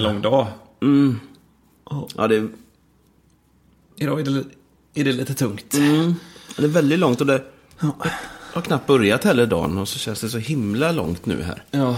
lång dag. Ja, det är... Idag är det lite tungt. Det är väldigt långt och det har knappt börjat heller dagen. Och så känns det så himla långt nu här. Ja.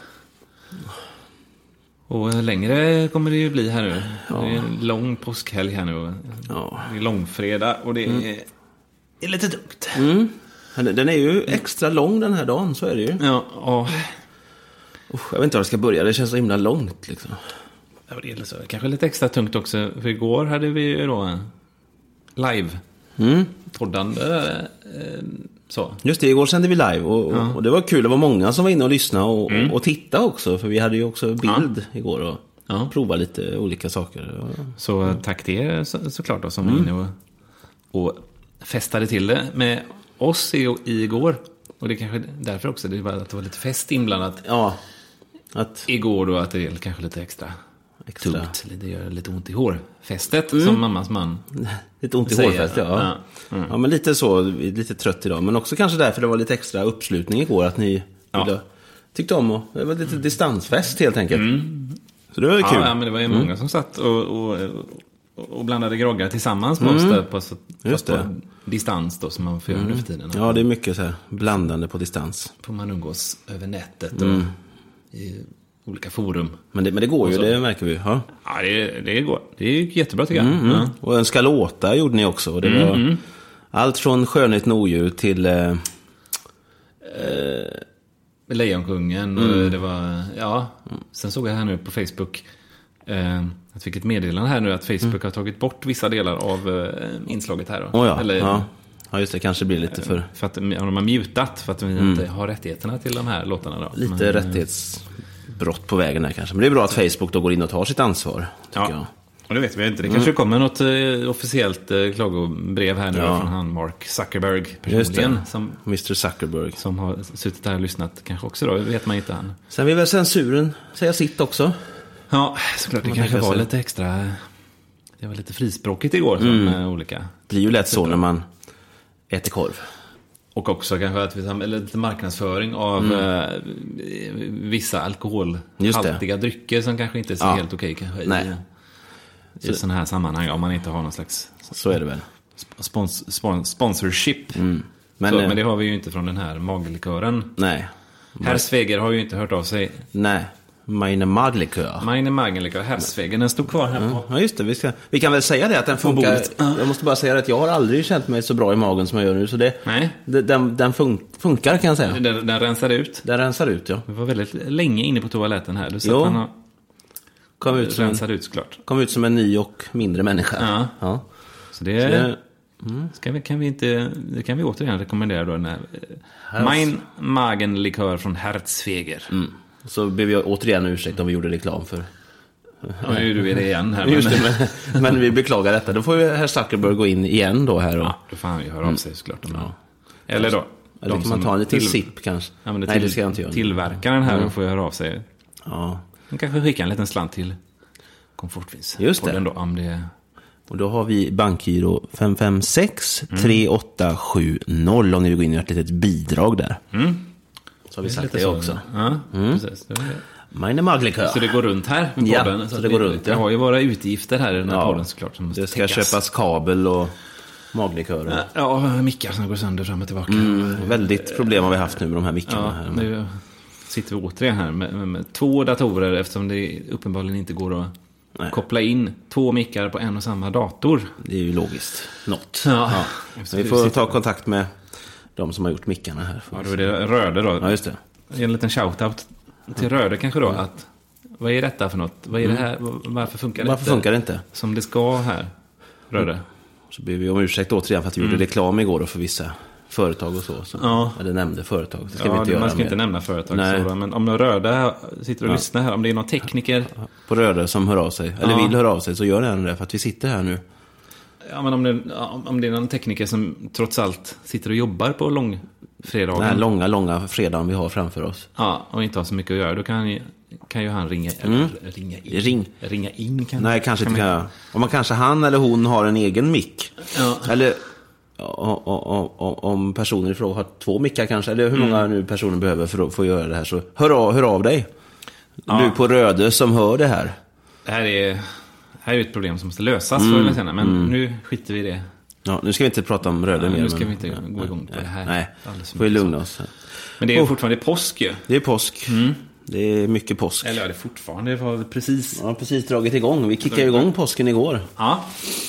Och längre kommer det ju bli här nu. Ja. Det är en lång påskhelg här nu. Ja. Det är långfredag och det är lite tungt. Den är ju extra lång den här dagen, så är det ju. Ja. Jag vet inte var jag ska börja, det känns så himla långt liksom. Ja, det är så. Kanske lite extra tungt också. För igår hade vi ju då live poddande så. Just det, igår sände vi live och det var kul. Det var många som var inne och lyssnade och tittade också. För vi hade ju också bild igår och provade lite olika saker. Så tack till er såklart då, som var inne och festade till det med oss igår. Och det är kanske därför också, det var att det var lite fest inblandat. Ja. Igår då, att det är kanske lite extra tungt. Det gör lite ont i hårfästet, som mammas man lite ont i hårfästet, ja. Ja, men lite så, lite trött idag. Men också kanske därför det var lite extra uppslutning igår. Att ni tyckte om, och det var lite distansfest helt enkelt. Så det var ju kul. Ja, men det var ju många som satt och blandade groggar tillsammans med oss där på distans då, som man får göra nu för tiden. Ja, det är mycket så här blandande på distans. Får man umgås över nätet och i olika forum. Men det går ju, det märker vi. Ja, det går. Det är jättebra tycker jag. Ja. Och önska låta gjorde ni också. Och det var allt från Skönhet och odjur till Lejonkungen. Och det var, sen såg jag här nu på Facebook jag fick ett meddelande här nu att Facebook har tagit bort vissa delar av inslaget här då. Ja, just det, kanske blir lite för att de har mutat för att vi inte har rättigheterna till de här låtarna då. Lite rättighetsbrott på vägen här kanske. Men det är bra att Facebook då går in och tar sitt ansvar, tycker jag. Och det vet vi inte. Det kanske kommer något officiellt klagobrev här nu från han Mark Zuckerberg personligen. Som Mr. Zuckerberg. Som har suttit här och lyssnat kanske också då. Det vet man inte han. Sen vill väl censuren säga sitt också. Ja, såklart. Det kanske var lite extra... Det var lite frispråkigt igår som olika... Det blir ju lätt så när man äter korv. Och också kanske att vi har lite marknadsföring av vissa alkoholhaltiga drycker som kanske inte är så helt okej kanske i sådana här sammanhang, om man inte har någon slags... Så är det väl. Sponsorship. Men det har vi ju inte från den här maglikören. Nej. Herr Sveger har ju inte hört av sig. Nej. Meine Magenlikör. Herr Sveger, den stod kvar här på. Ja, just det. Vi kan väl säga det att den funkar. Jag måste bara säga att jag har aldrig känt mig så bra i magen som jag gör nu. Så den funkar, kan jag säga. Den rensade ut. Den rensar ut, ja. Vi var väldigt länge inne på toaletten här. Du sa att han har kom ut som en ny och mindre människa. Ja. Så det kan vi återigen rekommendera då den här Mein Magenlikör från Herr Sveger. Så ber vi återigen ursäkt om vi gjorde reklam för. Ja, nu är det igen här. Just det, men vi beklagar detta. Då får ju herr Zuckerberg gå in igen då här. Ja, då får han ju höra av sig såklart. Eller då. Eller kan man ta en liten sipp kanske. Ja, men det ska jag inte göra. Tillverkaren här får ju höra av sig. Ja. Man kanske skickar en liten slant till Komfortvinst. Just det. Då, om det... Och då har vi bankgiro 556 3870 om ni vill gå in och göra ett litet bidrag där. Så har vi sagt det också. Ja, precis. Meine Magenlikör. Så det går runt här med podden. Ja, så det går runt. Det har ju våra utgifter här i den här podden såklart. Som det ska köpas kabel och maglikörer. Ja, mickar som går sönder fram och tillbaka. Väldigt problem har vi haft nu med de här mickarna. Här. Nu sitter vi återigen här med 2 datorer eftersom det uppenbarligen inte går att koppla in 2 mickar på en och samma dator. Det är ju logiskt. Något. Ja. Vi får ta kontakt med de som har gjort mickarna här. Ja, då är det Röde då. Ja, just det. En liten shoutout till Röde kanske då. Att, vad är detta för något? Vad är det här? Varför funkar det inte? Som det ska här, Röde. Så ber vi om ursäkt återigen för att vi gjorde reklam igår då för vissa företag och så. Eller nämnde företag. Det ska vi inte göra man ska inte nämna företag. Så, men om någon Röde sitter och lyssnar här, om det är någon tekniker på Röde som hör av sig, eller vill höra av sig, så gör det för att vi sitter här nu. Ja, men om det är någon tekniker som trots allt sitter och jobbar på långfredagen. Den här långa fredagen vi har framför oss. Ja, och inte har så mycket att göra. Då kan ju han ringa in. Nej, kanske inte kan. Om man kanske han eller hon har en egen mick. Ja. Eller om personer i fråga har 2 mickar kanske. Eller hur många nu personer behöver för att få göra det här. Så hör av dig. Du på Röde som hör det här. Det här är ett problem som måste lösas förr eller senare. Men nu skiter vi i det. Ja, nu ska vi inte prata om röda mer. Nu ska vi inte gå igång på det här. Nej, får vi lugna oss. Men det är fortfarande påsk ju. Det är påsk. Det är mycket påsk. Eller ja, det är fortfarande. Det var precis... Ja, precis dragit igång. Vi kickade igång påsken igår. Ja.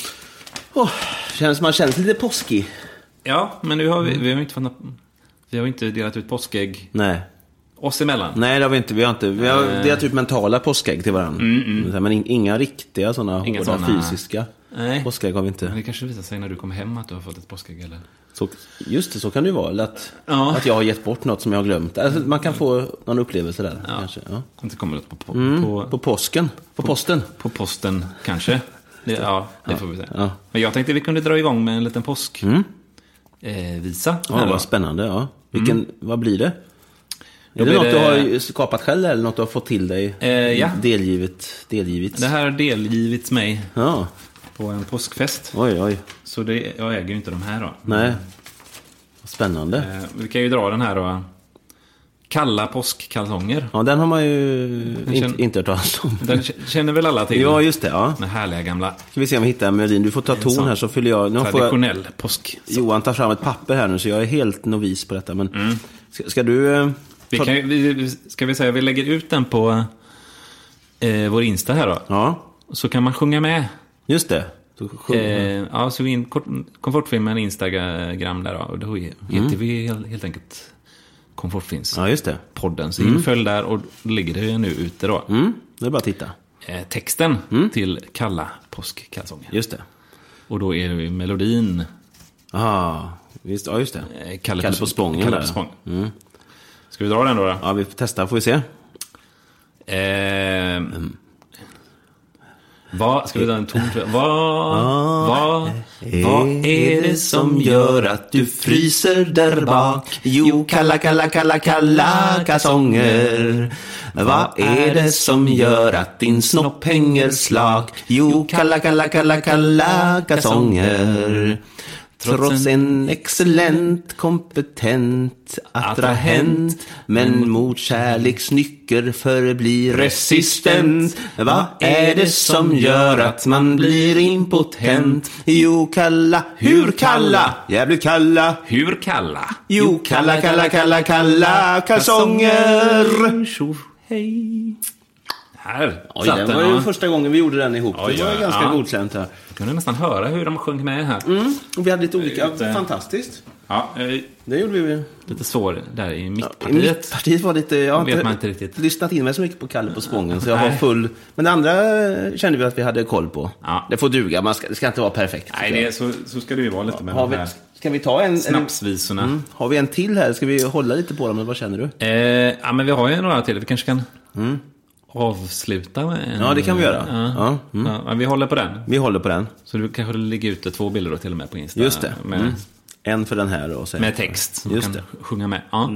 Man känns lite påskig. Ja, men nu har vi har inte delat ut påskägg. Nej. Oss emellan. Nej, det har vi inte. Vi har delat ut mentala påskägg till varandra. Men inga riktiga sådana hårda fysiska påskägg har vi inte. Men det kanske visar sig när du kommer hem att du har fått ett påskägg eller... Just det, så kan det ju vara. Att jag har gett bort något som jag har glömt. Alltså, man kan få någon upplevelse där. Ja. Kanske. Ja. Inte kommer det på påsken. På posten. På posten, kanske. Det får vi se. Ja. Men jag tänkte vi kunde dra igång med en liten påskvisa. Ja, vad spännande. Ja. Vad blir det? Är det något du har skapat själv eller något du har fått till dig? Ja. Delgivits? Det här har delgivits mig på en påskfest. Oj. Så jag äger ju inte de här då. Nej. Spännande. Vi kan ju dra den här då. Kalla påskkalsonger. Ja, den har man ju inte hört talas om. Den känner väl alla till? Ja, just det. Ja. Den härliga gamla. Ska vi se om vi hittar melodin. Du får ta ton här så fyller jag. Nu traditionell påsk. Johan tar fram ett papper här nu så jag är helt novis på detta. Men ska du... Ska vi säga vi lägger ut den på vår Insta här då. Ja. Så kan man sjunga med. Just det. Så vi in komfortfilmen Instagram där då. Och då heter vi helt enkelt Komfortfilms. Ja, just det. Podden. Så infölj där och ligger det nu ute då. Det är bara att titta. Texten till Kalla påskkalsonger. Just det. Och då är det melodin. Visst, ja, just det. Kalle på spången. Kalle på spången. Ska vi dra den då? Ja, vi testar, får vi se. Ska vi ta en ton? Vad är det som gör att du fryser där bak? Jo, kalla kalsonger. Vad är det som gör att din snopp hänger slak? Jo, kalla kalsonger. Trots en excellent, kompetent attrahent, men mot kärleksnycker förblir resistent. Vad är det som gör att man blir impotent? Jo, kalla, hur kalla? Jävligt kalla. Hur kalla? Jo, kalla kalsonger. Tjo, hej. Här. Oj, det var ju första gången vi gjorde den ihop. Det var ganska godkänt här. Jag kunde nästan höra hur de sjöng med här. Och vi hade lite olika. Fantastiskt. Ja, det gjorde vi. Lite svår där i mittpartiet. I mittpartiet var lite... Jag har inte riktigt lyssnat in mig så mycket på Kalle på spången. Så jag var full... Men det andra kände vi att vi hade koll på. Ja. Det får duga. Det ska inte vara perfekt. Nej, så ska det ju vara lite med de här. Ska vi ta en... Snapsvisorna. Har vi en till här? Ska vi hålla lite på dem? Eller vad känner du? Ja, men vi har ju några till. Vi kanske kan... avsluta med en... Ja, det kan vi göra. Ja, men vi håller på den. Vi håller på den. Så du kanske lägger ut 2 bilder då till och med på Insta. Just det. En för den här och sen med text. Så just kan det. Sjunga med. Ja.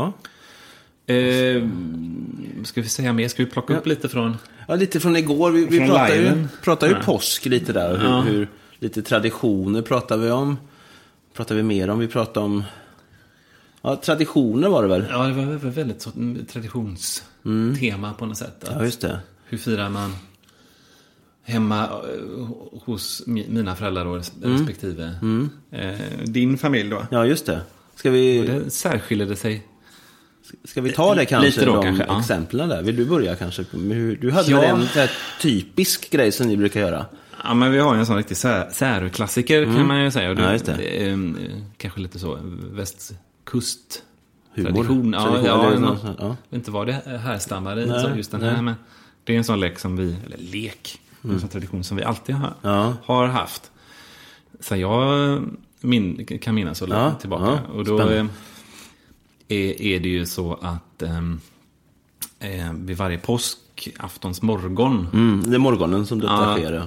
Ska vi säga mer? Ska vi plocka upp lite från... Ja, lite från igår. Vi pratar ju påsk lite där. Hur lite traditioner pratar vi om. Pratar vi mer om. Vi pratar om... Ja, traditioner var det väl? Ja, det var väldigt traditionstema på något sätt. Ja, just det. Hur firar man hemma hos mina föräldrar och respektive din familj då? Ja, just det. Ska vi... Och det särskiljer det sig. Ska vi ta det kanske? Lite då, de kanske, exemplen där. Vill du börja kanske? Du hade väl en typisk grej som ni brukar göra? Ja, men vi har ju en sån riktig särklassiker kan man ju säga. Och ja, just det. Kanske lite så västkust tradition. Ja. Jag vet inte vad det härstammar i just den här. Men det är en sån lek som vi, eller lek, en sån tradition som vi alltid har haft. Så jag kan minnas så långt tillbaka. Och då är det ju så att vid varje påskaftons morgon. Det är morgonen som detta sker.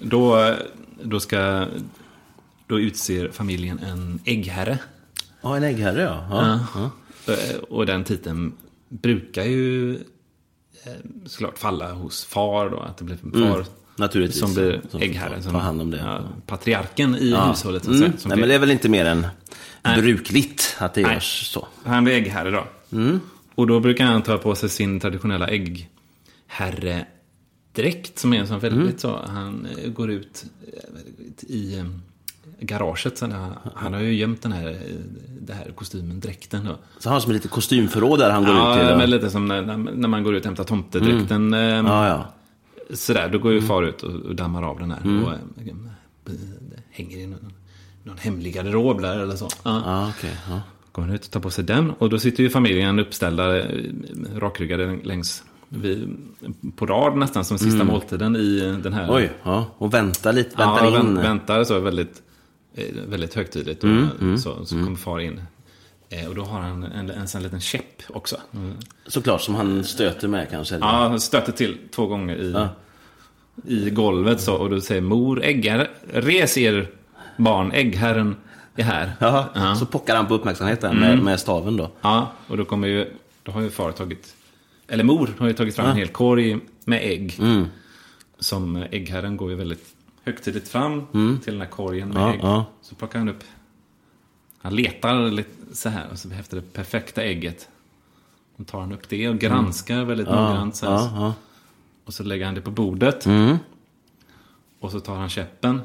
Då utser familjen en äggherre. Ja, en äggherre, ja. Och den titeln brukar ju såklart falla hos far då, att det blir far naturligtvis som blir äggherre, som tar hand om det. Patriarken i hushållet så att säga, nej, men det är väl inte mer än brukligt att det görs så. Han blir äggherre då. Och då brukar han ta på sig sin traditionella äggherredräkt. dräkt som är en sån väldigt så. Han går ut i garaget. Så han har ju gömt det här kostymen, dräkten då. Så han har som en lite kostymförråd där han går ut till? Ja, men lite som när man går ut och hämtar tomtedräkten. Sådär, då går ju far ut och dammar av den här. Och hänger i någon hemlig garderob där eller så. Okay. Går han ut och tar på sig den. Och då sitter ju familjen uppställda rakryggade längs på rad nästan som sista måltiden i den här. Oj, och väntar lite, väntar in. Väntar så väldigt, väldigt högtidligt. Så kommer far in. Och då har han en liten käpp också. Såklart, som han stöter med kanske. Eller? Ja, han stöter till 2 gånger i golvet så. Och då säger mor, res er barn, äggherren är här. Jaha, så pockar han på uppmärksamheten med staven då. Ja, och då har ju far mor har ju tagit fram en hel korg med ägg. Som äggherren går ju väldigt högtidligt fram till den här korgen med ägg. Så plockar han upp. Han letar lite så här och så efter det perfekta ägget. Och tar han upp det och granskar väldigt noggrant så här. Och så lägger han det på bordet. Och så tar han käppen.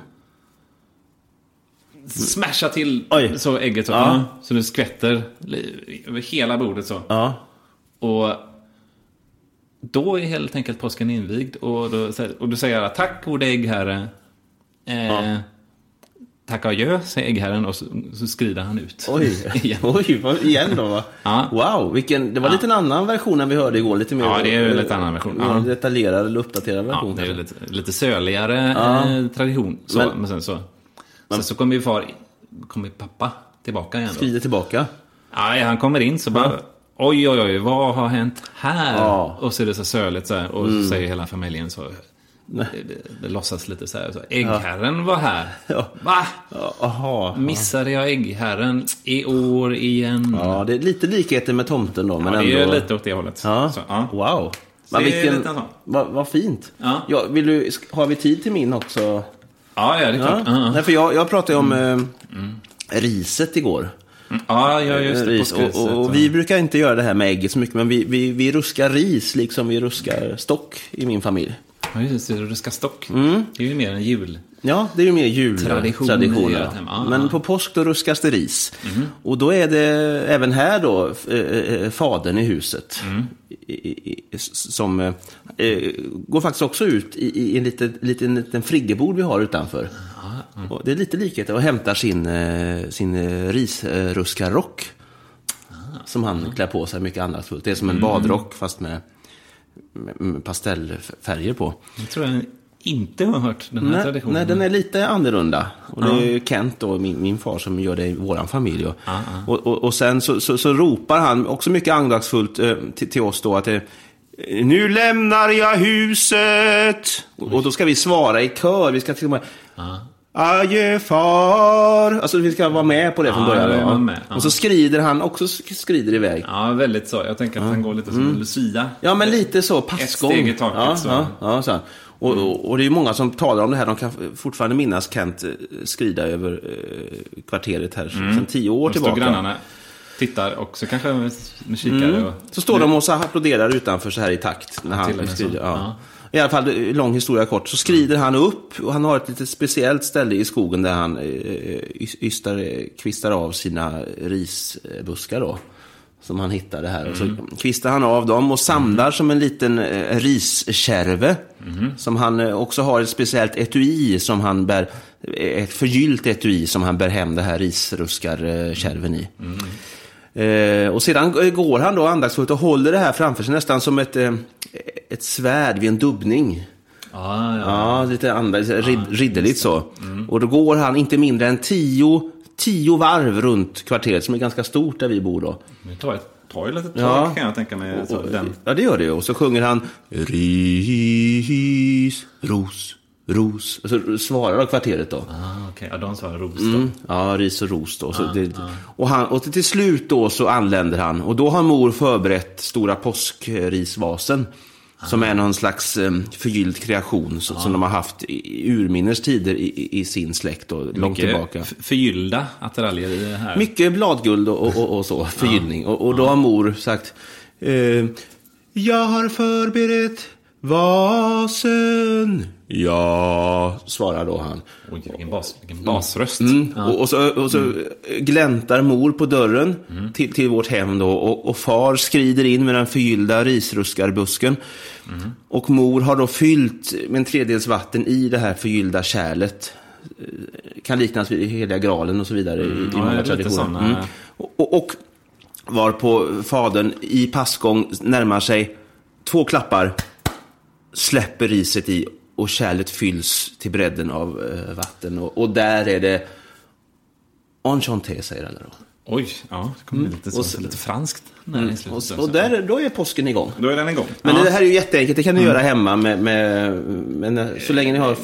Smashar till så ägget så. Så det skvätter över hela bordet så. Och då är helt enkelt påsken invigd. Och då säger jag tack gode äggherre. Tack och adjö, säger äggherren. Och så skrider han ut. Igen då va? Wow, det var lite en annan version än vi hörde igår. Lite mer, det är ju lite annan version. Detaljerad eller uppdaterad version. Det är lite söligare tradition. Men sen så kommer pappa tillbaka igen då. Skrider tillbaka? Ja, han kommer in så bara oj, vad har hänt här? Och så är det så söligt så här. Och så säger hela familjen så. Det låtsas lite så här. Så, äggherren var här. Va? Missade jag äggherren i år igen? Ja, det är lite likheter med tomten då. Men det är lite åt det hållet. Så, wow. Vad fint. Har vi tid till min också? Ja, det är klart. Nej, för jag pratade om riset igår. Just det. Och vi brukar inte göra det här med ägget så mycket. Men vi ruskar ris liksom vi ruskar stock i min familj. Ja, just det. Ruska stock. Det är ju mer en jul. Ja, det är ju mer jultraditioner. Men på påsk då ruskas det ris. Och då är det även här då fadern i huset. Som går faktiskt också ut i en liten friggebod vi har utanför. Och det är lite likheter och hämtar sin risruskarrock. Som han klär på sig mycket annat fullt. Det är som en badrock fast med pastellfärger på. Jag tror jag inte har hört den här traditionen. Nej, den är lite annorlunda. Och det är ju Kent då, min far, som gör det i våran familj. Och sen så ropar han också mycket andagsfullt till oss då att nu lämnar jag huset. Och då ska vi svara i kör. Vi ska till och med adjö far. Alltså vi ska vara med på det från början. Och så skrider han också skrider iväg. Ja, väldigt så. Jag tänker att han går lite som en Lucia. Ja, men lite så passgång. Ett steg i taket så. Och det är ju många som talar om det här. De kan fortfarande minnas Kent skrida över kvarteret här sedan 10 år tillbaka. Grannarna tittar också kanske med kikare. Så står de och så applåderar utanför så här i takt när han skrider. I alla fall, lång historia kort, så skrider han upp och han har ett lite speciellt ställe i skogen där han kvistar av sina risbuskar då, som han hittade här. Och så kvistar han av dem och samlar som en liten riskärve som han också har ett speciellt etui som han bär, ett förgyllt etui som han bär hem det här risruskarkärven i. Och sedan går han då andagsfullt och håller det här framför sig nästan som ett svärd vid en dubbning. Lite ridderligt så. Och då går han inte mindre än 10 varv runt kvarteret som är ganska stort där vi bor då. Det tar ju lite tag kan jag tänka mig. Ja, det gör det ju. Och så sjunger han ris, ros, ros. Och så svarar då kvarteret då. Okej. Ja, de svarar ros då. Ja, ris och ros då. Och till slut då så anländer han. Och då har mor förberett stora påskrisvasen. Som är någon slags förgylld kreation som de har haft i urminnes tider i sin släkt och långt tillbaka. Förgyllda attiraljer i det här. Mycket bladguld och så, förgyllning. Och då har mor sagt jag har förberett Vasen. Ja, svarar då han. Oj, vilken basröst. Och så gläntar mor på dörren till vårt hem då. Och far skrider in med den förgyllda risruskarbusken. Och mor har då fyllt med en tredjedels vatten i det här förgyllda kärlet. Kan liknas vid heliga graalen och så vidare i många traditioner. Och var på fadern i passgång närmar sig 2 klappar, släpper riset i och kärlet fylls till bredden av vatten. Och där är det enchanté, säger alla då. Oj, ja, det kommer lite franskt. Och då är påsken igång. Då är den igång. Men det här är ju jätteenkelt, det kan ni göra hemma med så länge ni har...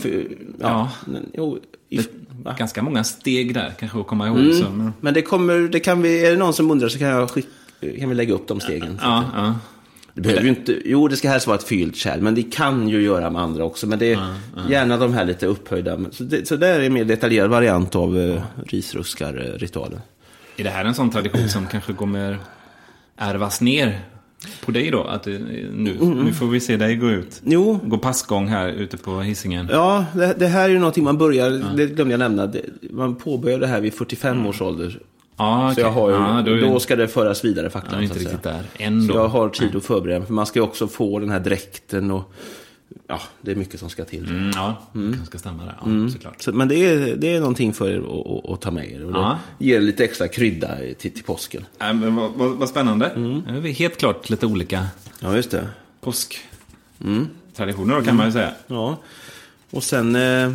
Ganska många steg där, kanske att komma ihåg. Men det kan vi, är det någon som undrar så kan vi lägga upp de stegen. Ja. Det behöver ju inte, det ska helst vara ett fyllt kärl, men det kan ju göra med andra också. Men det är gärna de här lite upphöjda. Så det är en mer detaljerad variant av risruskar-ritualen. Är det här en sån tradition som kanske kommer ärvas ner på dig då? Att nu får vi se dig gå ut. Gå passgång här ute på Hisingen. Ja, det här är ju någonting man börjar, det glömde jag nämna. Man påbörjar det här vid 45 års ålder. Okay. Så jag har ju, då ska det föras vidare faktiskt. Jag är inte riktigt där ändå. Så jag har tid att förbereda. För man ska ju också få den här dräkten och det är mycket som ska till. Det ska stämma där. Såklart. Men det är någonting för er att ta med er. Och det ger lite extra krydda till påsken. Men vad spännande. Det är helt klart lite olika just det. påsktraditioner då, kan man ju säga. Ja, och sen...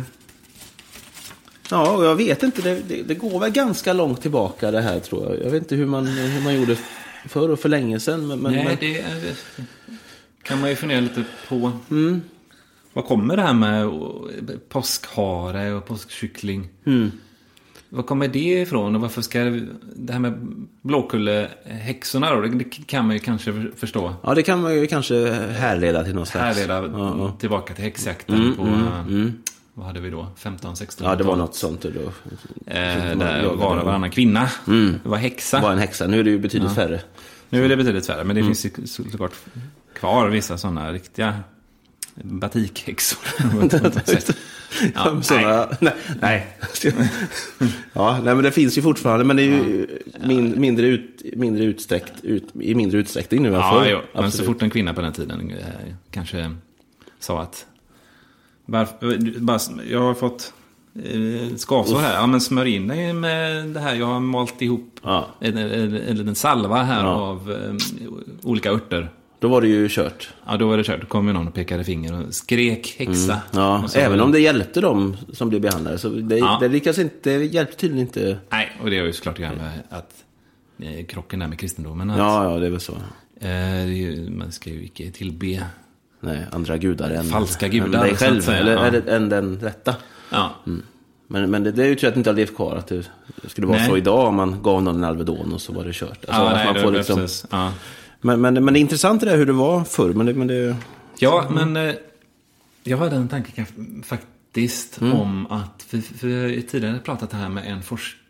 och jag vet inte, det går väl ganska långt tillbaka det här, tror jag. Jag vet inte hur man gjorde förr och för länge sedan. Det kan man ju fundera lite på. Vad kommer det här med påskhare och påskkyckling? Vad kommer det ifrån? Och varför ska det här med blåkullehäxorna då? Det kan man ju kanske förstå. Ja, det kan man ju kanske härleda till något slags. Tillbaka till häxjakten på... Vad hade vi då? 15-16? Ja, det var något sånt då. Där var det varannan kvinna. Det var häxa. Var en häxa. Nu är det ju betydligt färre. Nu är det betydligt färre. Men det finns ju såklart kvar vissa sådana riktiga batikhäxor. Nej. Men det finns ju fortfarande. Men det är ju mindre utsträckning nu än förr. Men så fort en kvinna på den tiden kanske sa att jag har fått skavsår här. Ja, men smör in dig med det här. Jag har malt ihop en salva här av olika örter. Då var det ju kört. Ja, då var det kört. Då kom ju någon och pekade finger och skrek häxa. Även om det hjälpte dem som blev behandlade. Så det lyckas inte, det hjälpte tydligen inte. Nej, och det är ju såklart grann med att krocken där med kristendomen. Att, det är väl så. Man ska ju inte tillbe andra gudar än falska gudar än dig själv, eller än den rätta. Men det är ju tror jag att inte har levt kvar, att det skulle vara så idag om man gav någon en Alvedon och så var det kört. Man får liksom, men det är intressant det där hur det var förr. Men jag hade en tanke faktiskt om att vi tidigare pratat här med en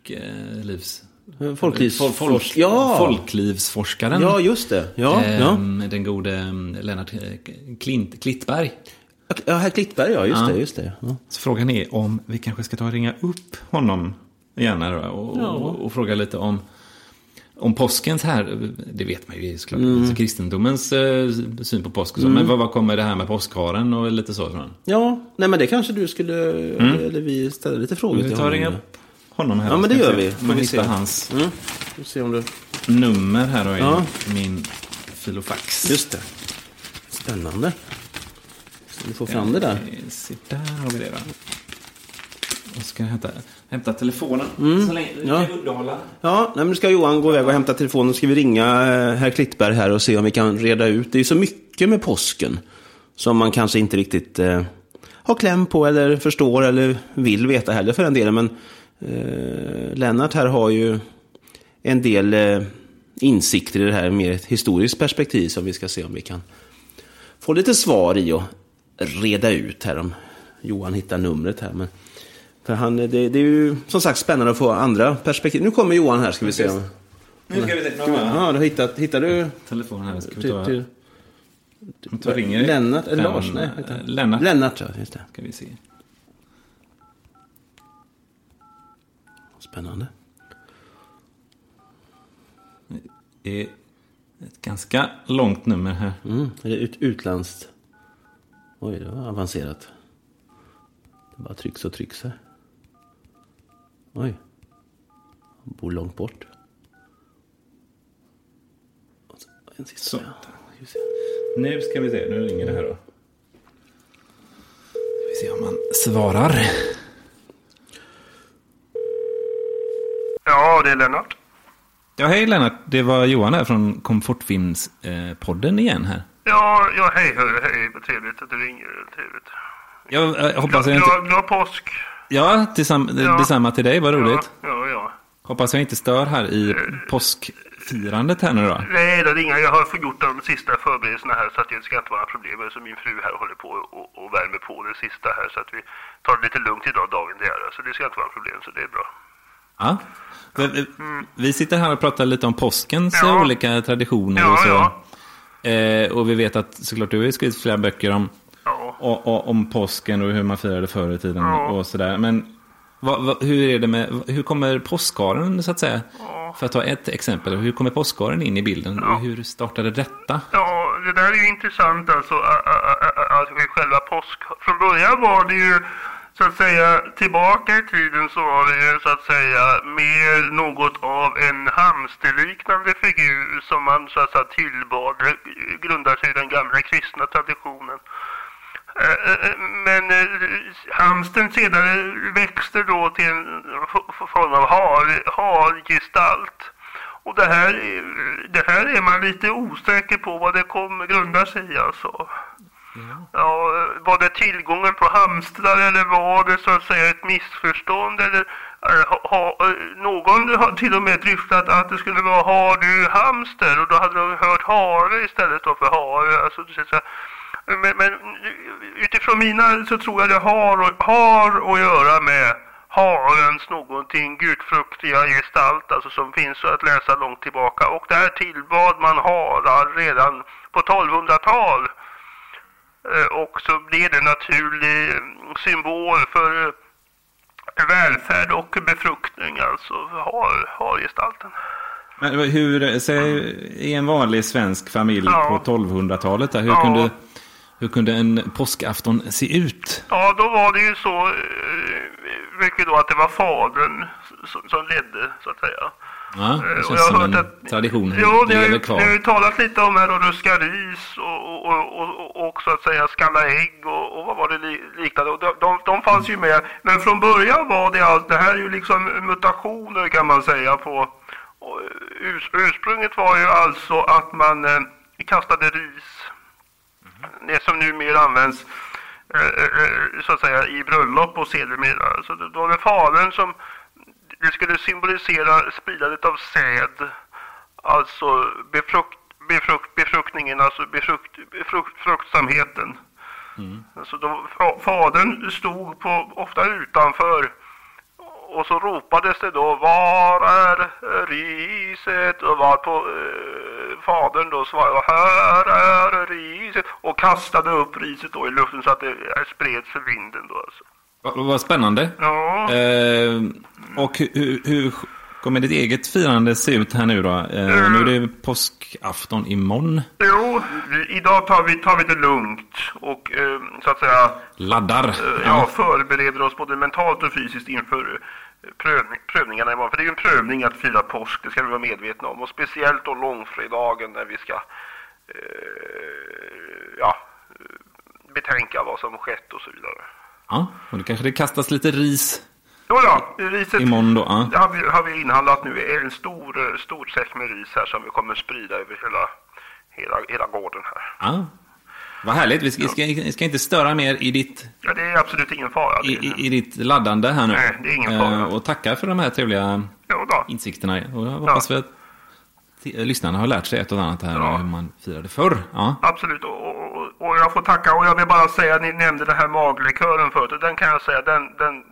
folklivsforskaren. Ja, just det. Den gode Lennart Klintberg. Ja, herr Klintberg, just det. Ja. Så frågan är om vi kanske ska ta och ringa upp honom gärna då, och fråga lite om påskens här, det vet man ju såklart, kristendomens syn på påsk och så, men vad kommer det här med påskharen och lite så från? Men det kanske du skulle, eller vi ställer lite frågor till honom. Vi tar ringa upp honom här. Ja, men det gör vi. Får hitta hans se om du... nummer här då i min filofax. Just det. Spännande. Så du får fram det där. Där har vi det då. Jag ska hämta telefonen. Så länge du kan underhålla. Men nu ska Johan gå iväg och hämta telefonen. Så ska vi ringa herr Klintberg här och se om vi kan reda ut. Det är ju så mycket med påsken som man kanske inte riktigt har kläm på eller förstår eller vill veta heller för en del. Men Lennart här har ju en del insikter i det här med ett historiskt perspektiv som vi ska se om vi kan få lite svar i och reda ut här om Johan hittar numret här. Men för det är ju som sagt spännande att få andra perspektiv. Nu kommer Johan här, ska vi se. Nu ska vi se. Hittar du telefonen här? Ska vi ta Lennart, eller Lars? Nej, Lennart, ja, just det. Ska vi se. Spännande. Det är ett ganska långt nummer här. Är det utlandskt? Oj, det var avancerat. Det bara trycks här. Oj. Han bor långt bort. En sista. Så. Nu ska vi se. Nu ringer det här då. Ska vi se om man svarar. Ja, det är Lennart. Ja, hej Lennart. Det var Johan här från Komfortfilms-podden igen här. Ja, hej. Vad trevligt att du ringer. Trevligt. Jag hoppas jag inte... Glad påsk. Ja, detsamma till dig. Vad roligt. Ja. Hoppas jag inte stör här i påskfirandet här nu då. Nej, det är inga. Jag har gjort de sista förberedelserna här så att det ska inte vara några problem. Så min fru här håller på och värmer på det sista här så att vi tar det lite lugnt idag, dagen det är. Så det ska inte vara några problem, så det är bra. Ja. Vi sitter här och pratar lite om påskens olika traditioner och så. Ja. Och vi vet att såklart du har skrivit flera böcker om påsken och hur man firade förr i tiden och sådär. Men hur är det hur kommer påskharen så att säga? För att ta ett exempel, hur kommer påskharen in i bilden? Och hur startade detta? Ja, det där är ju intressant alltså. Själva påsk. Från början var det ju så att säga, tillbaka i tiden så var det så att säga mer något av en hamsterliknande figur som man så att säga tillbad, grundar sig i den gamla kristna traditionen. Men hamstern sedan växte då till en form av hargestalt. Och det här är man lite osäker på vad det kommer grunda sig alltså. Ja, var det tillgången på hamstrar eller var det så att säga ett missförstånd eller någon har till och med dryftat att det skulle vara har du hamster och då hade de hört hare istället då för hare alltså så men utifrån mina så tror jag det har att göra med harens någonting gudfruktiga gestalt alltså som finns att läsa långt tillbaka och där tillbad man harar redan på 1200-tal. Och så blir det naturlig symbol för välfärd och befruktning, alltså har gestalten. Men säg i en vanlig svensk familj på 1200-talet där, hur kunde en påskafton se ut? Ja, då var det ju så mycket då att det var fadern som ledde så att säga. Ja, det känns som en tradition. Jo, det har ju talat lite om här och ruska ris och så att säga skalla ägg och vad var det liknande. Och de fanns ju med. Men från början var det allt. Det här är ju liksom mutationer kan man säga på. Ursprunget var ju alltså att man kastade ris. Det som numera används så att säga i bröllop och sedermera. Så då var det fadern som det skulle symbolisera spridandet av säd, alltså befruktningen, alltså fruktsamheten. Så då, fadern stod ofta utanför och så ropades det då var är riset och var på fadern då svarade här är riset och kastade upp riset då i luften så att det spreds för vinden då alltså. Vad spännande. Ja. Och hur kommer ditt eget firande se ut här nu då? Nu är det påskafton imorgon. Jo, idag tar vi det lugnt och så att säga laddar. Förbereder oss både mentalt och fysiskt inför prövningarna imorgon. För det är ju en prövning att fira påsk, det ska vi vara medvetna om. Och speciellt då långfredagen när vi ska betänka vad som skett och så vidare. Ja, och då kanske det kastas lite ris. Jo, riset imorgon då, det har vi inhandlat nu. En stor säck med ris här som vi kommer sprida över hela gården här. Ja, vad härligt. Vi ska inte störa mer i ditt... Ja, det är absolut ingen fara. I ditt laddande här nu. Nej, det är ingen fara. Och tacka för de här trevliga insikterna. Och jag hoppas att lyssnarna har lärt sig ett och annat här om hur man firade förr. Ja. Absolut, och jag får tacka. Och jag vill bara säga att ni nämnde den här maglikören förut. Och den kan jag säga,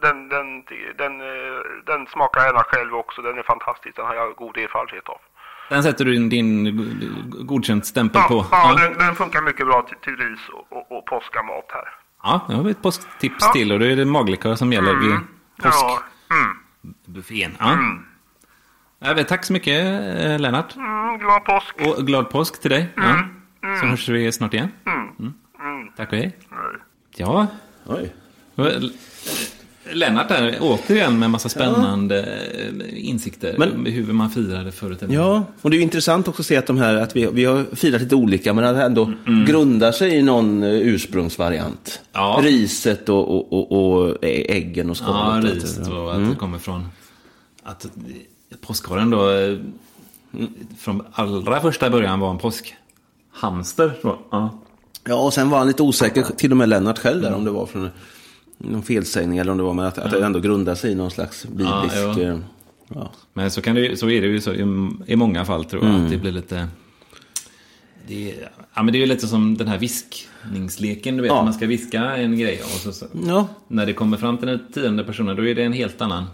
den smakar gärna själv också. Den är fantastisk, den har jag god erfarenhet av. Den sätter du din godkänt stämpel på. Ja, den funkar mycket bra till ris och påskamat här. Ja, nu har vi ett påsktips till och då är det maglikör som gäller vid påskbuffén. Ja. Tack så mycket, Lennart. Glad påsk. Och glad påsk till dig. Så hörs vi snart igen. Tack och hej. Ja. Oj. Lennart där återigen med en massa spännande insikter. Men hur man firade förut. Ja, och det är ju intressant också att se att vi har firat lite olika, men att det ändå grundar sig i någon ursprungsvariant. Ja. Riset och äggen och skalet. Ja, riset och att det kommer från att påskharen då från allra första början var en påskhamster. Ja, och sen var han lite osäker, till och med Lennart själv där, om det var från någon felsägning eller om det var med att det ändå grundar sig i någon slags biblisk... Ja. Men så är det ju så i många fall, tror jag, att det blir lite... Det är ju lite som den här viskningsleken, du vet, man ska viska en grej och så när det kommer fram till den 10:e personen, då är det en helt annan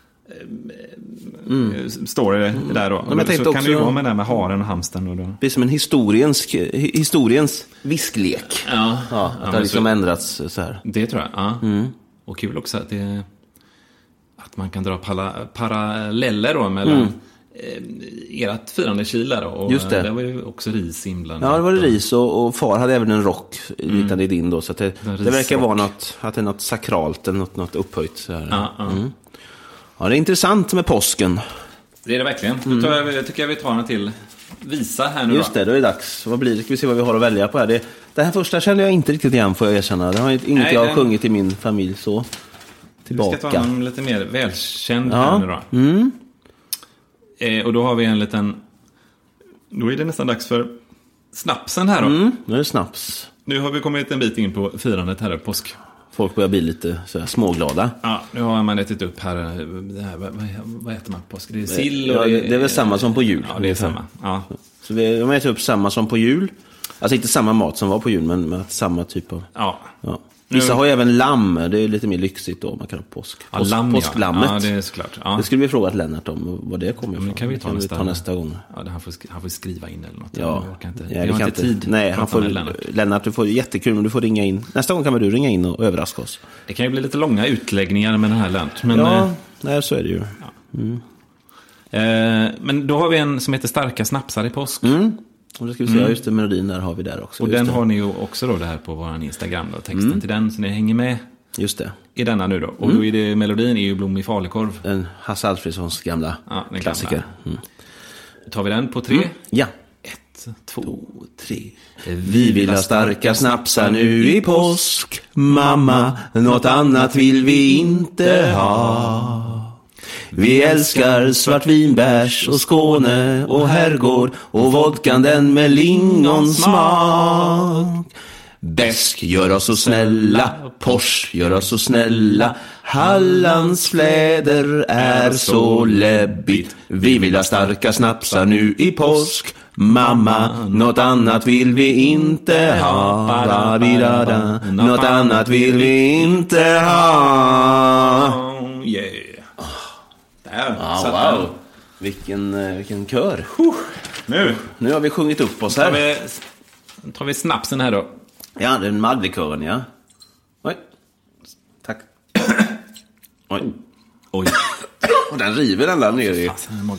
story där då. Men så kan det ju vara med det med haren och hamstern. Och då. Det är som en historiens visklek. Ja, att det har liksom ändrats så här. Det tror jag, ja. Och kul också att man kan dra paralleller då mellan ert firande Kil där då. Och just det. Det var ju också ris inblandat. Ja, det var det ris och far hade även en rock liknande i din då. Så att det verkar vara något, att det är något sakralt eller något upphöjt så här. Ja, det är intressant med påsken. Det är det verkligen. Jag tycker jag vi tar den till visa här nu. Just det, då är det dags. Vad blir det? Ska vi se vad vi har att välja på här. Det här första känner jag inte riktigt igen, får jag erkänna. Det har inget jag har sjungit i min familj så tillbaka. Vi ska ta en lite mer välkänd här nu då. Och då har vi en liten... Då är det nästan dags för snapsen här då. Nu är det snaps. Nu har vi kommit en bit in på firandet här, påsk. Folk börjar bli lite så här småglada. Ja, nu har man ätit upp här, det här vad äter man på påsk? Det är sill och det är väl samma som på jul. Ja, det är samma. Ja. Så de har ätit upp samma som på jul. Alltså inte samma mat som var på jul, men samma typ av... Ja. Vissa har ju även lamm, det är lite mer lyxigt då, man kan ha påsk. Påsklammet. Ja, det är såklart. Ja. Det skulle vi frågat Lennart om vad det kommer ifrån. Det kan vi ta nästa gång. Ja, han får skriva in eller något. Ja. Vi har inte tid. Nej, Lennart, du får jättekul, men du får ringa in. Nästa gång kan du ringa in och överraska oss. Det kan ju bli lite långa utläggningar med den här Lennart. Men, så är det ju. Ja. Men då har vi en som heter Starka snapsar i påsk. Och då ska vi se, just det, melodin där har vi där också. Och den har ni ju också då det här på vår Instagram då, texten till den, så ni hänger med. Just det. I denna nu då. Och då är det, melodin är ju Blom i falukorv. En Hasse Alfredsons gamla klassiker. Då tar vi den på 3. Ja. 1, 2, 3. Vi vill ha starka snapsar nu i påsk, mamma, något annat vill vi inte ha. Vi älskar svartvinbärs och Skåne och herrgård och vodkan den med lingonsmak. Bäsk gör oss så snälla, Porsche gör oss så snälla, Hallands fläder är så läbbigt. Vi vill ha starka snapsar nu i påsk, mamma, något annat vill vi inte ha. Något annat vill vi inte ha. Yeah. Wow. Vilken kör. Nu har vi sjungit upp oss här. Tar vi snapsen här då. Ja, den magdekören, ja. Oj. Tack. Oj. Och den river ända ner i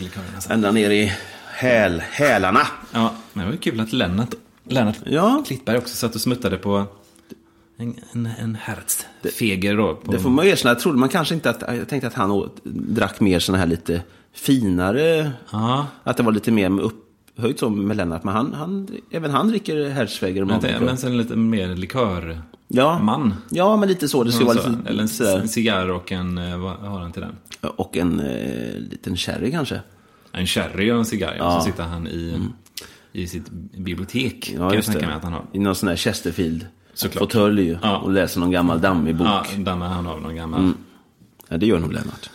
hälarna. Ja, men det var kul att Lennart Klittberg också satt och smuttade på en hertzfeger då. Det får man erkänna. Jag trodde man kanske inte jag tänkte att han drack mer såna här lite finare. Att det var lite mer upphöjt som med Lennart. Men även han dricker hertzfeger. Men sen lite mer likör. Man. Ja, men lite så. Det ska vara lite, eller en cigarr och vad har han till den? Och en liten sherry kanske. En sherry och en cigarr. Och så sitter han i sitt bibliotek. Ja, just det. Att han har. I någon sån här Chesterfield. Fåtölj och läser någon gammal dammig bok. Ja, dammar han av någon gammal. Ja, det gör nog Lennart.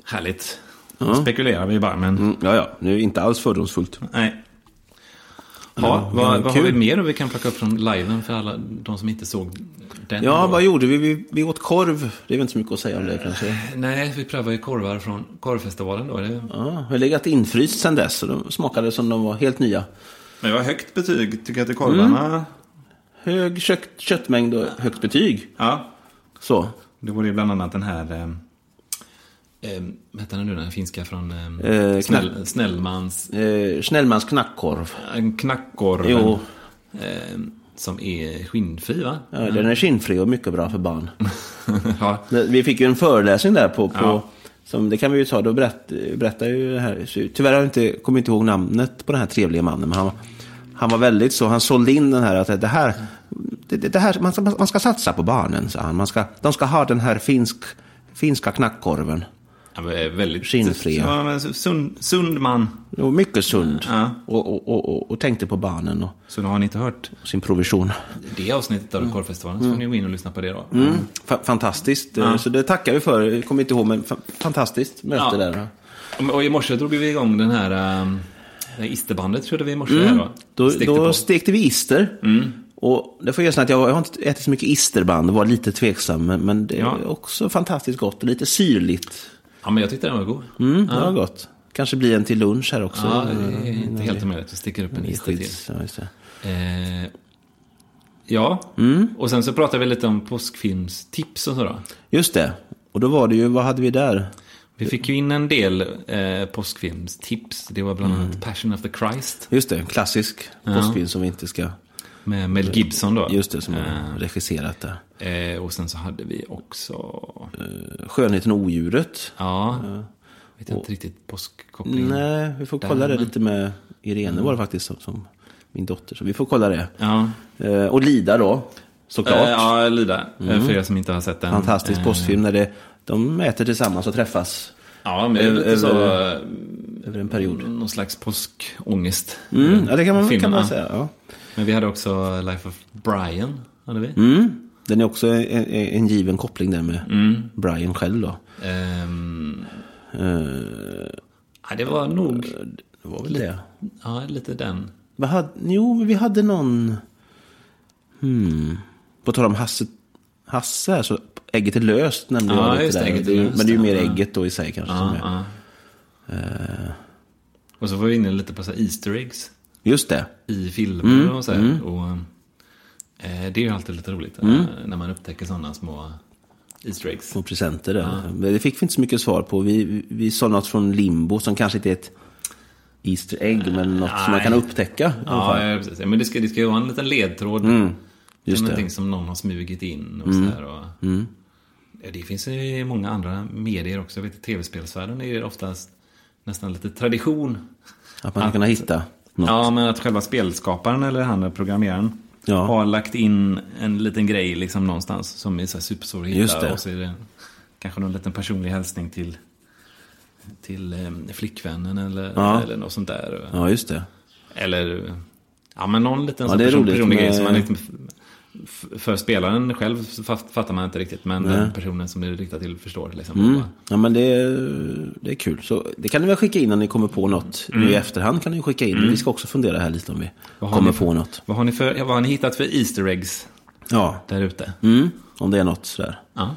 Härligt. Spekulerar vi bara, men... Ja, nu är inte alls fördomsfullt. Nej. Ja, vad har vi mer då vi kan plocka upp från liven för alla de som inte såg den? Ja, vad gjorde vi? Vi åt korv. Det är väl inte så mycket att säga om det kanske. Nej, vi prövade ju korvar från korvfestivalen då. Ja, vi har legat infryst sedan dess och de smakade som de var helt nya. Men det var högt betyg, tycker jag, till korvarna. Hög köttmängd och högt betyg. Ja. Så. Det var ju bland annat den här... vad heter den nu, den finska från Snellmans... Snellmans knackkorv. En knackkorv. Jo. Som är skinnfri, va? Ja, den är skinnfri och mycket bra för barn. Ja. Vi fick ju en föreläsning där på som det kan vi ju ta, då berättar ju det här. Tyvärr har jag kommer inte ihåg namnet på den här trevliga mannen, men han var väldigt så, han sålde in den här att det här man ska satsa på barnen, sa han. De ska ha den här finska knackkorven. Ja, väldigt skinnfria. Ja, sund man. Och mycket sund. Ja. Och tänkte på barnen. Så nu har ni inte hört sin provision. Det avsnittet av Korvfestivalen, så får ni gå in och lyssna på det då. Fantastiskt. Ja. Så det tackar vi för. Jag kommer inte ihåg, men fantastiskt möte där. Och i morse drog vi igång den här isterbandet, tror jag vi i morse här då. Då stekte vi ister. Och det får jag säga att jag har inte ätit så mycket isterband och var lite tveksam, men det är också fantastiskt gott och lite syrligt. Ja, men jag tyckte den var god. Det var gott. Kanske blir en till lunch här också. Ja, det är inte helt omöjligt. Vi sticker upp en ister till. Ja, just det. Och sen så pratade vi lite om påskfilmstips och så då. Just det. Och då var det ju, vad hade vi där? Vi fick ju in en del påskfilmstips. Det var bland annat Passion of the Christ. Just det, klassisk påskfilm som vi inte ska... Med Mel Gibson då. Just det, som har regisserat där. Och sen så hade vi också... Skönheten och odjuret. Ja, vet jag inte riktigt påskkopplingen. Nej, vi får kolla det lite med Irene var det faktiskt som min dotter. Så vi får kolla det. Ja. Och Lida då, såklart. Ja, Lida. För er som inte har sett den. Fantastisk påskfilm när de äter tillsammans och träffas. Ja, men över en period. Någon slags påskångest. Ja, det kan man säga. Ja. Men vi hade också Life of Brian, hade vi. Den är också en given koppling där med Brian själv då. Det var nog... Det var väl det. Ja, lite den. Men vi hade någon... På tal om Hasse här, så ägget är löst nämnde jag lite där. Ägget är löst, men det är ju mer ägget då i sig kanske. Och så var vi inne lite på så här Easter eggs. Just det. I filmer och så här. Och det är ju alltid lite roligt när man upptäcker sådana små Easter eggs. Och presenter där. Men det fick vi inte så mycket svar på. Vi sa något från Limbo som kanske inte är ett Easter egg, men något som man kan upptäcka. Ja, precis. Men det ska ju vara en liten ledtråd. Just det. Någonting som någon har smugit in och så här. Och, det finns ju många andra medier också. Jag vet, i tv-spelsvärlden är det oftast nästan lite tradition. Att man kan hitta något. Ja, men att själva spelskaparen eller han programmeraren har lagt in en liten grej liksom någonstans som är så här supersvår att hitta. Just det. Och så är det kanske någon liten personlig hälsning till flickvännen eller något sånt där. Ja, just det. Eller men någon liten sån personlig grej som man liksom, för spelaren själv fattar man inte riktigt, men den personen som det är riktat till förstår liksom. Ja, men det är kul. Så det kan ni väl skicka in när ni kommer på något. Nu i efterhand kan ni skicka in. Vi ska också fundera här lite om vi kommer på något. Vad har ni hittat för Easter eggs där ute? Om det är något sådär. Ja.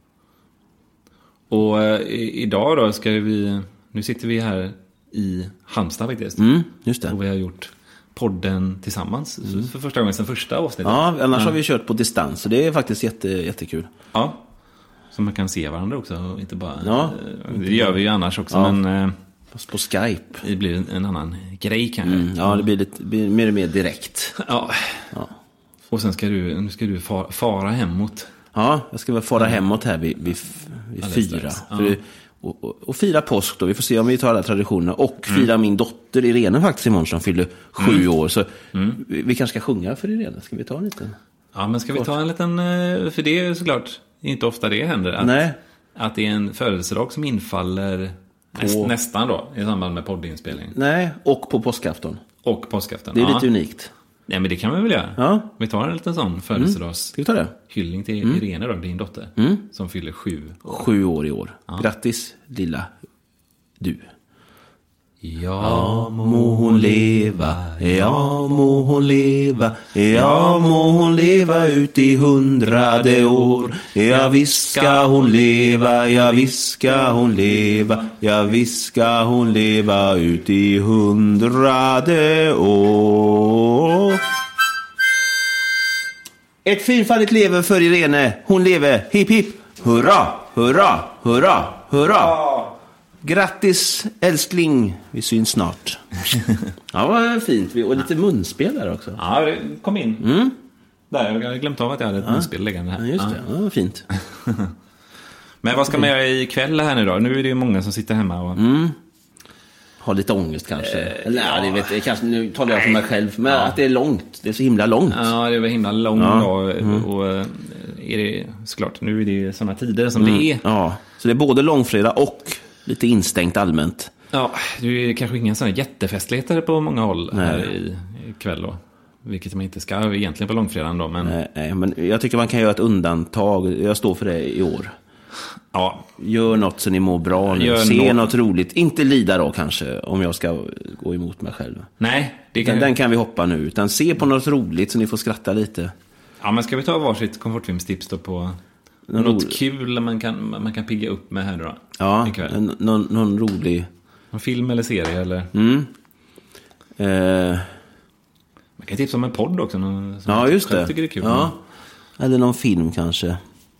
Och idag då nu sitter vi här i Halmstad faktiskt. Just det. Och vi har gjort podden tillsammans för första gången sedan första avsnittet. Ja, annars har vi kört på distans, så det är faktiskt jättekul. Ja, så man kan se varandra också och inte bara... det gör vi ju annars också, men... Fast på Skype. Det blir en annan grej kanske. Ja, det blir mer och mer direkt. Ja. Och sen ska du fara hemåt. Ja, jag ska väl fara hemåt här vid 4. Och fira påsk då. Vi får se om vi tar alla traditionerna. Och fira min dotter Irene faktiskt imorgon som fyller 7 år. Så vi kanske ska sjunga för Irene. Ska vi ta en liten? Ja, men ska vi ta en liten... För det är såklart inte ofta det händer. Att det är en födelsedag som infaller nästan då i samband med poddinspelning. Nej, och på påskafton. Det är lite unikt. Nej, men det kan vi väl göra. Ja. Vi tar en liten sån födelsedags Ska vi ta det? hyllning till Irene då, din dotter. Som fyller 7 år. 7 år i år. Grattis, lilla du. Ja, må hon leva, ja, må hon leva, ja, må hon leva ut i 100 år. Ja, visst ska hon leva, ja, visst ska hon leva, ja, visst ska hon leva ut i 100 år. Ett fyrfaldigt lever för Irene, hon lever, hipp hipp, hurra, hurra, hurra, hurra. Grattis älskling, vi syns snart. Ja, vad fint. Och lite munspel där också. Ja, det kom in. Där, jag hade glömt av att jag hade ett munspel liggande här. Ja, just det. Ja, fint. Men vad ska man göra ikväll här nu då? Nu är det ju många som sitter hemma och... Har lite ångest kanske. Eller det vet jag, kanske, nu talar jag för mig själv. Men att det är långt. Det är så himla långt. Ja, det är väl himla långt och är det såklart, nu är det ju sådana tider som det är. Ja, så det är både långfredag och lite instängt allmänt. Ja, det är kanske inga sådana jättefestligheter på många håll här ikväll då. Vilket man inte ska egentligen på långfredagen då. Men... Nej, men jag tycker man kan göra ett undantag. Jag står för det i år. Ja. Gör något så ni mår bra nu. Se något roligt. Inte lida då kanske, om jag ska gå emot mig själv. Nej. Den kan vi hoppa nu. Utan se på något roligt så ni får skratta lite. Ja, men ska vi ta varsitt komfortfilmstips då på något kul man kan pigga upp med här då? Ja, någon rolig... Någon film eller serie eller... Man kan tipsa om en podd också. Ja, just det. Tycker det är kul. Ja. Eller någon film kanske.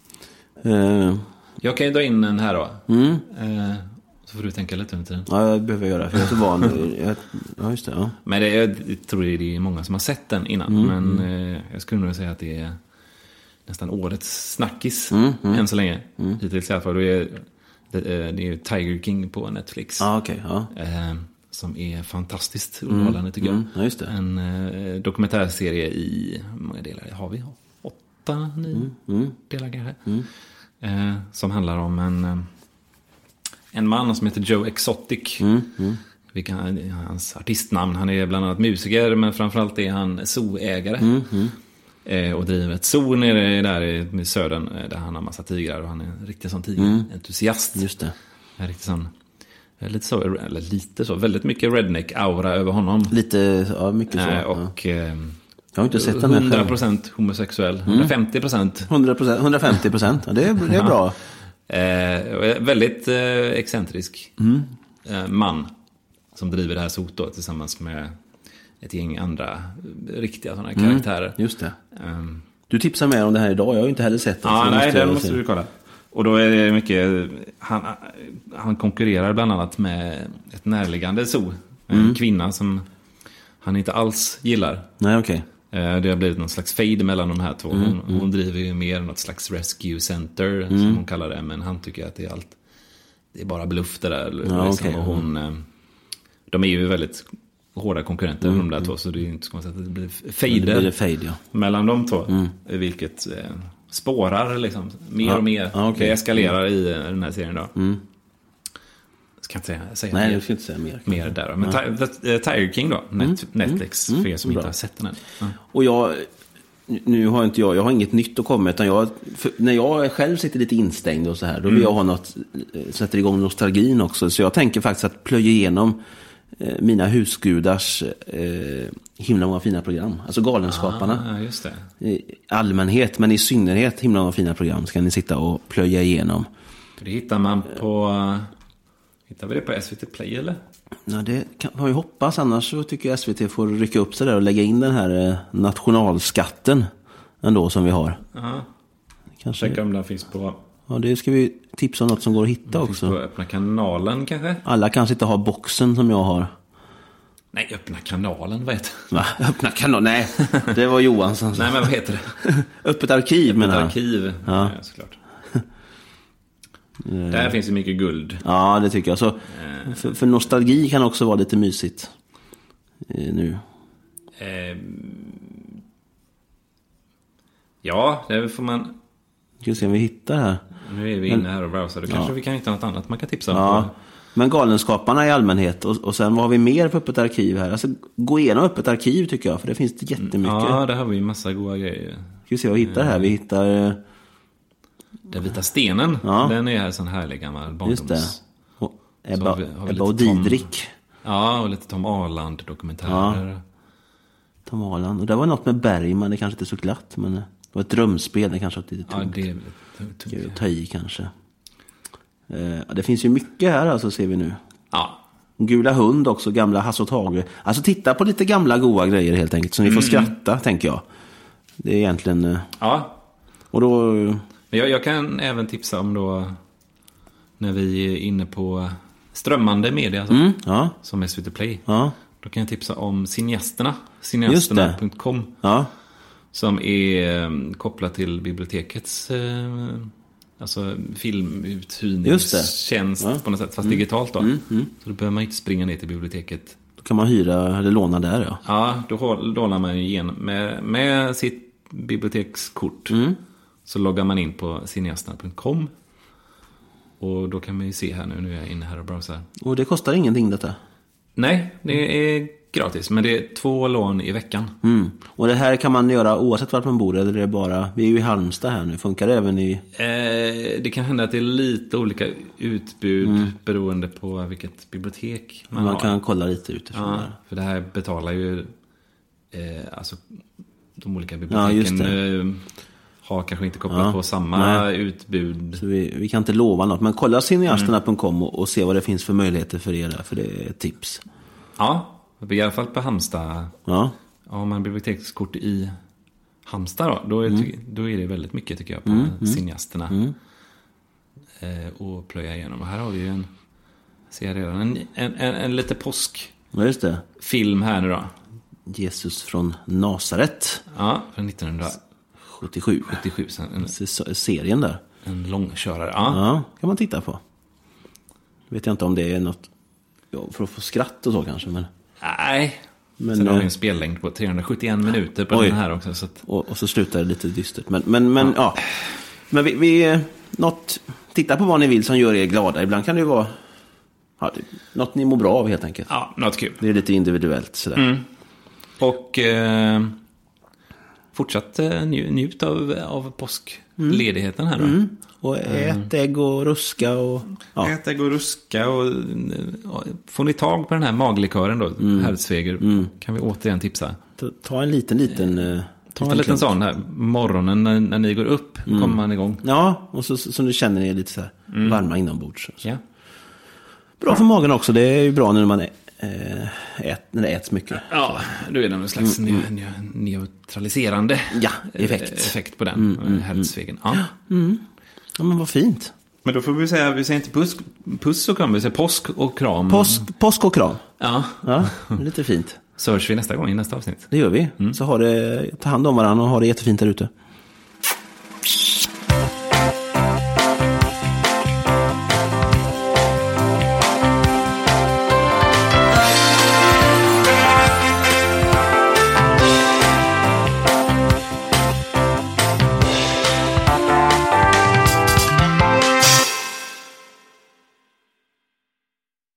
Jag kan ju dra in en här då. Så får du tänka lite under tiden. Ja, jag behöver göra för jag är så van. Ja, just det. Ja. Men jag tror det är många som har sett den innan. Men jag skulle nog säga att det är nästan årets snackis än så länge. Hittills i alla fall. Det är Tiger King på Netflix. Okay, ja. Som är fantastiskt underhållande tycker jag. Ja, just det. En dokumentärserie i många delar. Har vi 8-9 delar kanske. Som handlar om en man som heter Joe Exotic. Hans artistnamn. Han är bland annat musiker, men framförallt är han zooägare. Och driver ett zoo nere där i södern där han har massa tigrar och han är en riktig sån tigerentusiast. Just det. En riktig sån lite så väldigt mycket redneck-aura över honom. Lite, ja, mycket så. Och jag har inte sett den här 100% homosexuell. 150%. 150%. Ja, det är bra. Väldigt excentrisk man som driver det här zooet då, tillsammans med ett gäng andra riktiga sådana karaktärer. Just det. Du tipsar mer om det här idag. Jag har ju inte heller sett det. Ja, nej, det måste du kolla. Och då är det mycket... Han konkurrerar bland annat med ett närliggande zoo. En kvinna som han inte alls gillar. Nej, okej. Det har blivit någon slags fade mellan de här två. Hon driver ju mer något slags rescue center som hon kallar det. Men han tycker att det är bara bluff det där. Ja, liksom. Och de är ju väldigt hårda konkurrenter de där två. Så det är ju inte så konstigt att det blir fade mellan de två. Vilket spårar liksom mer och mer. Det eskalerar i den här serien då. Ska inte säga nej, jag ska inte säga mer där då. Men Tiger King då, Netflix, för er som inte har sett den än. Och nu har inte jag har inget nytt att komma med, utan när jag själv sitter lite instängd och så här, då vill jag ha något, sätter igång nostalgin också. Så jag tänker faktiskt att plöja igenom mina husgudars himla många fina program. Alltså Galenskaparna. Just det. I allmänhet, men i synnerhet himla många fina program ska ni sitta och plöja igenom. Det hittar man på... Hittar vi det på SVT Play eller? Ja, det kan man ju hoppas. Annars så tycker jag SVT får rycka upp sig där och lägga in den här nationalskatten ändå som vi har. Kanske... Checka om den finns på... Ja, det ska vi tipsa om något som går att hitta också. På Öppna kanalen kanske? Alla kanske inte har boxen som jag har. Nej, Öppna kanalen, vad heter det? Va? Öppna kanalen? Nej, det var Johansson. Nej, men vad heter det? Öppet arkiv, menar jag. Öppet arkiv, ja såklart. Där finns ju mycket guld. Ja, det tycker jag. Så, för nostalgi kan också vara lite mysigt nu. Ja, det får man... Ska vi se om vi hittar här. Nu är vi inne här och browsar. Då kanske vi kan hitta något annat man kan tipsa om. Ja, men Galenskaparna i allmänhet. Och sen vad har vi mer på Öppet arkiv här? Alltså, gå igenom Öppet arkiv tycker jag. För det finns det jättemycket. Ja, det har vi massa goda grejer. Ska vi se vad vi hittar här. Vi hittar... Den vita stenen. Den är här sån härlig gammal barndoms... Just det. Och Ebba och Didrik. Ja, och lite Tom Arland-dokumentärer. Ja. Tom Arland. Och det var något med Bergman, det kanske inte är så glatt, men det var ett drömspel, det kanske var lite tungt. Ja, det är tungt. Att ta i kanske. Det finns ju mycket här, alltså, ser vi nu. Ja. Gula hund också, gamla Hasse och Tage. Alltså titta på lite gamla goa grejer helt enkelt, så ni får skratta, tänker jag. Det är egentligen... Ja. Och då... Jag kan även tipsa om då, när vi är inne på strömmande media, alltså, ja. som SVT Play. Ja. Då kan jag tipsa om Cineasterna. Cineasterna.com. Ja. Som är kopplat till bibliotekets alltså filmuthyrningstjänst på något sätt, fast digitalt då. Så då behöver man inte springa ner till biblioteket. Då kan man hyra eller låna där, ja. Ja, då lånar man igen med sitt bibliotekskort. Så loggar man in på cineasterna.com. Och då kan man ju se här nu är jag inne här och browsar. Och det kostar ingenting detta? Nej, det är gratis. Men det är 2 lån i veckan. Och det här kan man göra oavsett vart man bor? Eller är det bara... Vi är ju i Halmstad här nu. Funkar det även i... Det kan hända att det är lite olika utbud beroende på vilket bibliotek man har. Kan kolla lite utifrån där. För det här betalar ju alltså de olika biblioteken har kanske inte kopplat på samma utbud. Så vi kan inte lova något. Men kolla cineasterna.com och se vad det finns för möjligheter för er där. För det är ett tips. Ja, i alla fall på Halmstad. Ja. Har man bibliotekskort i Halmstad då är det väldigt mycket, tycker jag, på Cineasterna. Och plöja igenom. Och här har vi ju en lite påskfilm här nu då. Jesus från Nasaret. Ja, från 1977. Serien där. En långkörare. Ja, kan man titta på. Vet jag inte om det är något för att få skratt och så kanske, men... Nej. Sen har vi en spellängd på 371 minuter på den här också. Så att... och så slutar det lite dystert. Men ja. Men vi titta på vad ni vill som gör er glada. Ibland kan det ju vara något ni mår bra av, helt enkelt. Ja, något kul. Det är lite individuellt sådär. Och fortsatt njut av påskledigheten här då. Och ät ägg och ruska och... Ja. Ät ägg och ruska och får ni tag på den här maglikören då, Hertzweger, kan vi återigen tipsa. Ta en liten ta en liten sån här morgonen när ni går upp, kommer man igång. Ja, och så nu känner ni lite så här varma inombords. Så. Ja. Bra för magen också, det är ju bra när man när det äts mycket. Ja, då är det någon slags neutraliserande effekt på den Hertzwegen. Ja. Ja, men vad fint. Men då får vi säger inte puss och kram, vi säger påsk och kram. Påsk och kram. Ja, lite fint. Så hörs vi nästa gång i nästa avsnitt. Det gör vi. Så ta hand om varandra och ha det jättefint där ute.